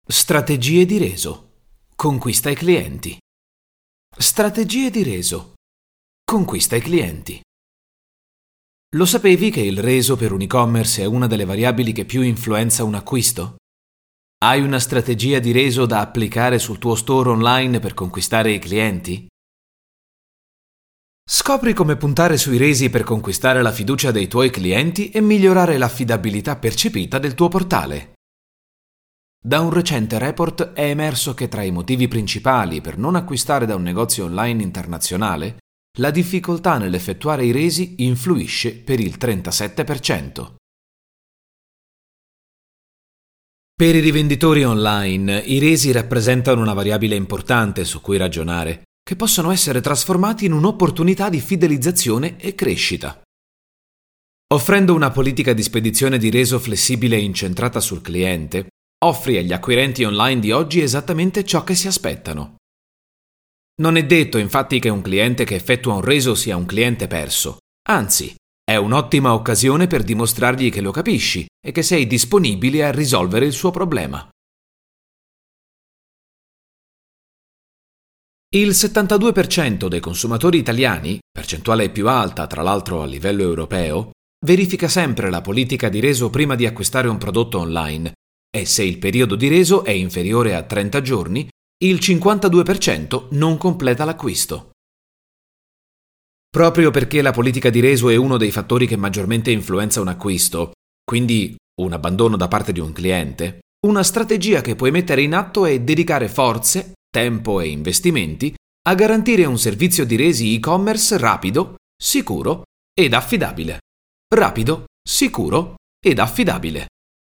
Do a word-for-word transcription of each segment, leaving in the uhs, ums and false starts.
Strategie di reso. Conquista i clienti. Strategie di reso. Conquista i clienti. Lo sapevi che il reso per un e-commerce è una delle variabili che più influenza un acquisto? Hai una strategia di reso da applicare sul tuo store online per conquistare i clienti? Scopri come puntare sui resi per conquistare la fiducia dei tuoi clienti e migliorare l'affidabilità percepita del tuo portale. Da un recente report è emerso che tra i motivi principali per non acquistare da un negozio online internazionale, la difficoltà nell'effettuare i resi influisce per il trentasette per cento. Per i rivenditori online, i resi rappresentano una variabile importante su cui ragionare, che possono essere trasformati in un'opportunità di fidelizzazione e crescita. Offrendo una politica di spedizione di reso flessibile e incentrata sul cliente, offri agli acquirenti online di oggi esattamente ciò che si aspettano. Non è detto infatti che un cliente che effettua un reso sia un cliente perso, anzi, è un'ottima occasione per dimostrargli che lo capisci e che sei disponibile a risolvere il suo problema. Il settantadue per cento dei consumatori italiani, percentuale più alta tra l'altro a livello europeo, verifica sempre la politica di reso prima di acquistare un prodotto online e se il periodo di reso è inferiore a trenta giorni, il cinquantadue per cento non completa l'acquisto. Proprio perché la politica di reso è uno dei fattori che maggiormente influenza un acquisto, quindi un abbandono da parte di un cliente, una strategia che puoi mettere in atto è dedicare forze, tempo e investimenti a garantire un servizio di resi e-commerce rapido, sicuro ed affidabile. Rapido, sicuro ed affidabile.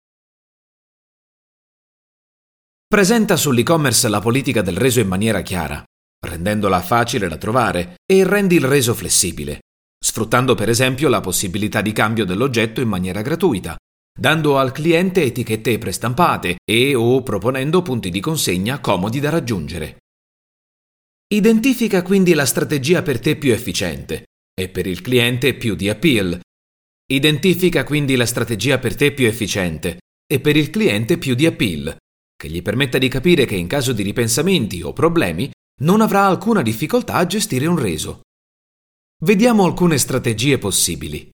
Presenta sull'e-commerce la politica del reso in maniera chiara, rendendola facile da trovare e rendi il reso flessibile, sfruttando per esempio la possibilità di cambio dell'oggetto in maniera gratuita, dando al cliente etichette prestampate e o proponendo punti di consegna comodi da raggiungere. Identifica quindi la strategia per te più efficiente e per il cliente più di appeal. Identifica quindi la strategia per te più efficiente e per il cliente più di appeal, che gli permetta di capire che in caso di ripensamenti o problemi non avrà alcuna difficoltà a gestire un reso. Vediamo alcune strategie possibili.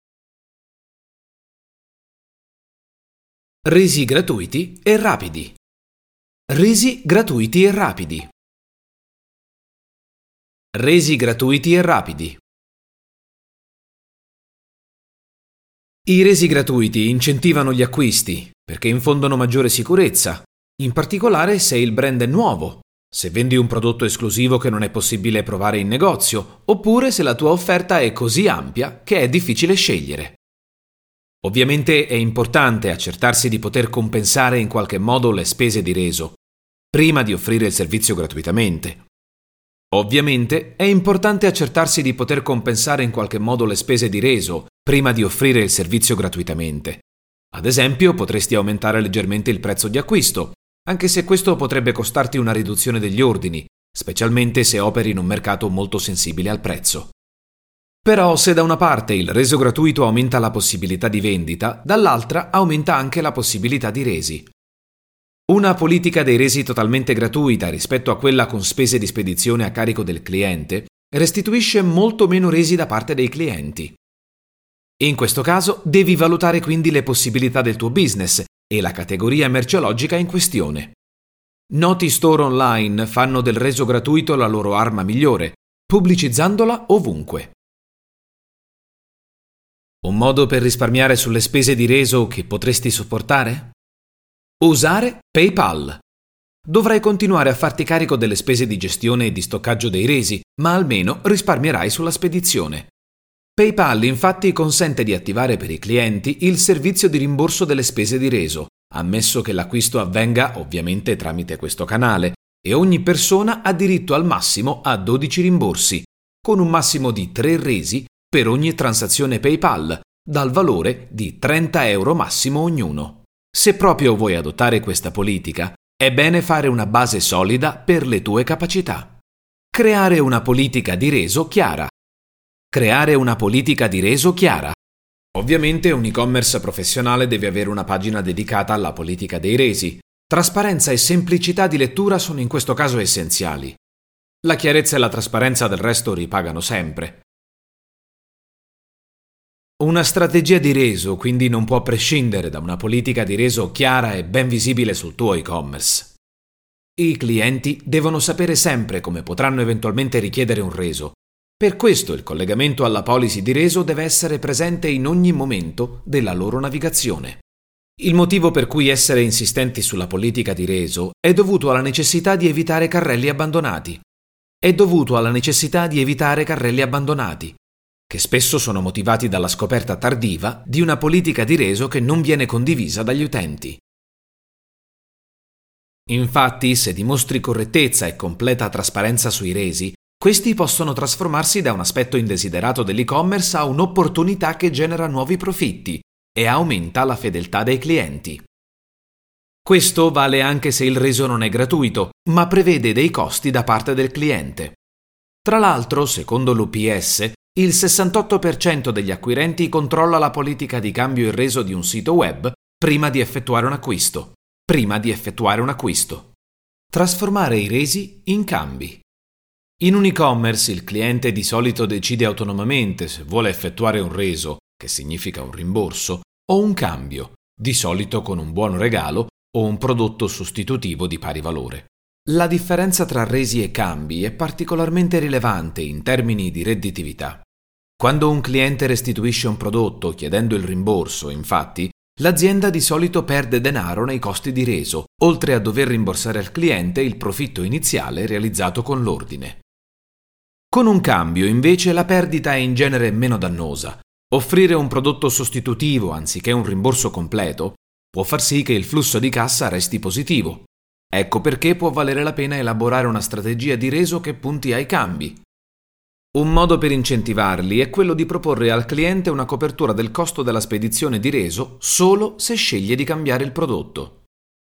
Resi gratuiti e rapidi. Resi gratuiti e rapidi. Resi gratuiti e rapidi. I resi gratuiti incentivano gli acquisti perché infondono maggiore sicurezza, in particolare se il brand è nuovo, se vendi un prodotto esclusivo che non è possibile provare in negozio, oppure se la tua offerta è così ampia che è difficile scegliere. Ovviamente è importante accertarsi di poter compensare in qualche modo le spese di reso, prima di offrire il servizio gratuitamente. Ovviamente è importante accertarsi di poter compensare in qualche modo le spese di reso, prima di offrire il servizio gratuitamente. Ad esempio, potresti aumentare leggermente il prezzo di acquisto, anche se questo potrebbe costarti una riduzione degli ordini, specialmente se operi in un mercato molto sensibile al prezzo. Però se da una parte il reso gratuito aumenta la possibilità di vendita, dall'altra aumenta anche la possibilità di resi. Una politica dei resi totalmente gratuita rispetto a quella con spese di spedizione a carico del cliente restituisce molto meno resi da parte dei clienti. In questo caso devi valutare quindi le possibilità del tuo business e la categoria merceologica in questione. Noti store online fanno del reso gratuito la loro arma migliore, pubblicizzandola ovunque. Un modo per risparmiare sulle spese di reso che potresti sopportare? Usare PayPal. Dovrai continuare a farti carico delle spese di gestione e di stoccaggio dei resi, ma almeno risparmierai sulla spedizione. PayPal infatti consente di attivare per i clienti il servizio di rimborso delle spese di reso, ammesso che l'acquisto avvenga ovviamente tramite questo canale, e ogni persona ha diritto al massimo a dodici rimborsi, con un massimo di tre resi per ogni transazione PayPal, dal valore di trenta euro massimo ognuno. Se proprio vuoi adottare questa politica, è bene fare una base solida per le tue capacità. Creare una politica di reso chiara. Creare una politica di reso chiara. Ovviamente un e-commerce professionale deve avere una pagina dedicata alla politica dei resi, Trasparenza e semplicità di lettura sono in questo caso essenziali. La chiarezza e la trasparenza del resto ripagano sempre. Una strategia di reso quindi non può prescindere da una politica di reso chiara e ben visibile sul tuo e-commerce. I clienti devono sapere sempre come potranno eventualmente richiedere un reso. Per questo il collegamento alla policy di reso deve essere presente in ogni momento della loro navigazione. Il motivo per cui essere insistenti sulla politica di reso è dovuto alla necessità di evitare carrelli abbandonati. È dovuto alla necessità di evitare carrelli abbandonati, che spesso sono motivati dalla scoperta tardiva di una politica di reso che non viene condivisa dagli utenti. Infatti, se dimostri correttezza e completa trasparenza sui resi, questi possono trasformarsi da un aspetto indesiderato dell'e-commerce a un'opportunità che genera nuovi profitti e aumenta la fedeltà dei clienti. Questo vale anche se il reso non è gratuito, ma prevede dei costi da parte del cliente. Tra l'altro, secondo l'U P S, il sessantotto per cento degli acquirenti controlla la politica di cambio e reso di un sito web prima di effettuare un acquisto. Prima di effettuare un acquisto. Trasformare i resi in cambi. In un e-commerce il cliente di solito decide autonomamente se vuole effettuare un reso, che significa un rimborso, o un cambio, di solito con un buono regalo o un prodotto sostitutivo di pari valore. La differenza tra resi e cambi è particolarmente rilevante in termini di redditività. Quando un cliente restituisce un prodotto chiedendo il rimborso, infatti, l'azienda di solito perde denaro nei costi di reso, oltre a dover rimborsare al cliente il profitto iniziale realizzato con l'ordine. Con un cambio, invece, la perdita è in genere meno dannosa. Offrire un prodotto sostitutivo anziché un rimborso completo può far sì che il flusso di cassa resti positivo. Ecco perché può valere la pena elaborare una strategia di reso che punti ai cambi. Un modo per incentivarli è quello di proporre al cliente una copertura del costo della spedizione di reso solo se sceglie di cambiare il prodotto.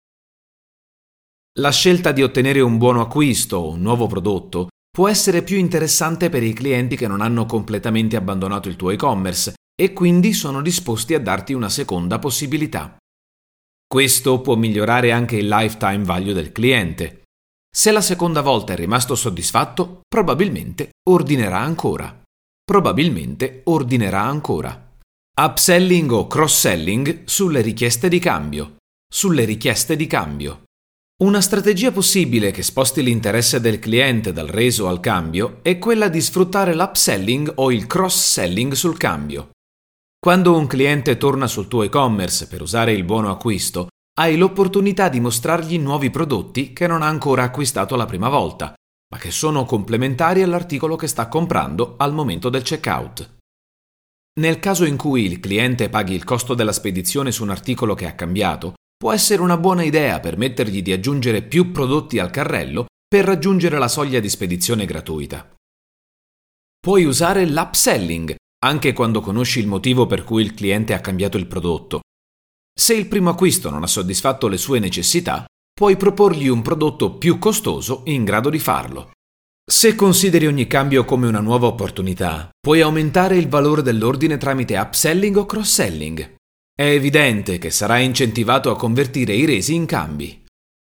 La scelta di ottenere un buono acquisto o un nuovo prodotto può essere più interessante per i clienti che non hanno completamente abbandonato il tuo e-commerce e quindi sono disposti a darti una seconda possibilità. Questo può migliorare anche il lifetime value del cliente. Se la seconda volta è rimasto soddisfatto, probabilmente ordinerà ancora. Probabilmente ordinerà ancora. Upselling o cross-selling sulle richieste di cambio. Sulle richieste di cambio. Una strategia possibile che sposti l'interesse del cliente dal reso al cambio è quella di sfruttare l'upselling o il cross-selling sul cambio. Quando un cliente torna sul tuo e-commerce per usare il buono acquisto, hai l'opportunità di mostrargli nuovi prodotti che non ha ancora acquistato la prima volta, ma che sono complementari all'articolo che sta comprando al momento del checkout. Nel caso in cui il cliente paghi il costo della spedizione su un articolo che ha cambiato, può essere una buona idea permettergli di aggiungere più prodotti al carrello per raggiungere la soglia di spedizione gratuita. Puoi usare l'upselling anche quando conosci il motivo per cui il cliente ha cambiato il prodotto. Se il primo acquisto non ha soddisfatto le sue necessità, puoi proporgli un prodotto più costoso in grado di farlo. Se consideri ogni cambio come una nuova opportunità, puoi aumentare il valore dell'ordine tramite upselling o cross-selling. È evidente che sarai incentivato a convertire i resi in cambi.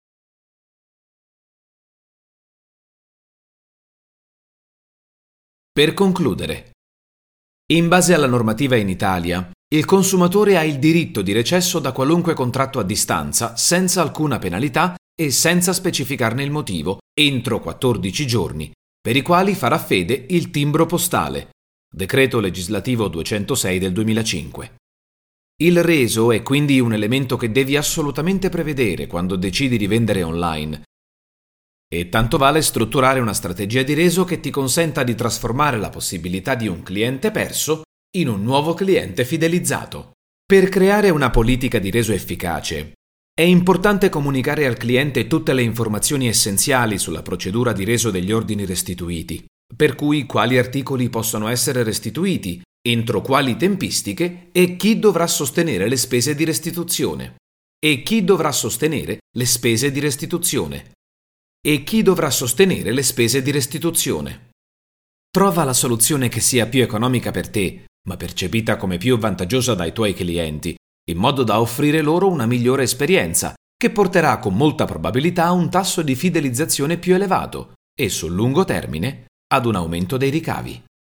Per concludere, in base alla normativa in Italia, il consumatore ha il diritto di recesso da qualunque contratto a distanza senza alcuna penalità e senza specificarne il motivo entro quattordici giorni, per i quali farà fede il timbro postale. Decreto legislativo duecentosei del duemilacinque. Il reso è quindi un elemento che devi assolutamente prevedere quando decidi di vendere online. E tanto vale strutturare una strategia di reso che ti consenta di trasformare la possibilità di un cliente perso in un nuovo cliente fidelizzato. Per creare una politica di reso efficace, è importante comunicare al cliente tutte le informazioni essenziali sulla procedura di reso degli ordini restituiti, per cui quali articoli possono essere restituiti, entro quali tempistiche e chi dovrà sostenere le spese di restituzione. E chi dovrà sostenere le spese di restituzione. E chi dovrà sostenere le spese di restituzione. Trova la soluzione che sia più economica per te, ma percepita come più vantaggiosa dai tuoi clienti, in modo da offrire loro una migliore esperienza che porterà con molta probabilità a un tasso di fidelizzazione più elevato e sul lungo termine ad un aumento dei ricavi.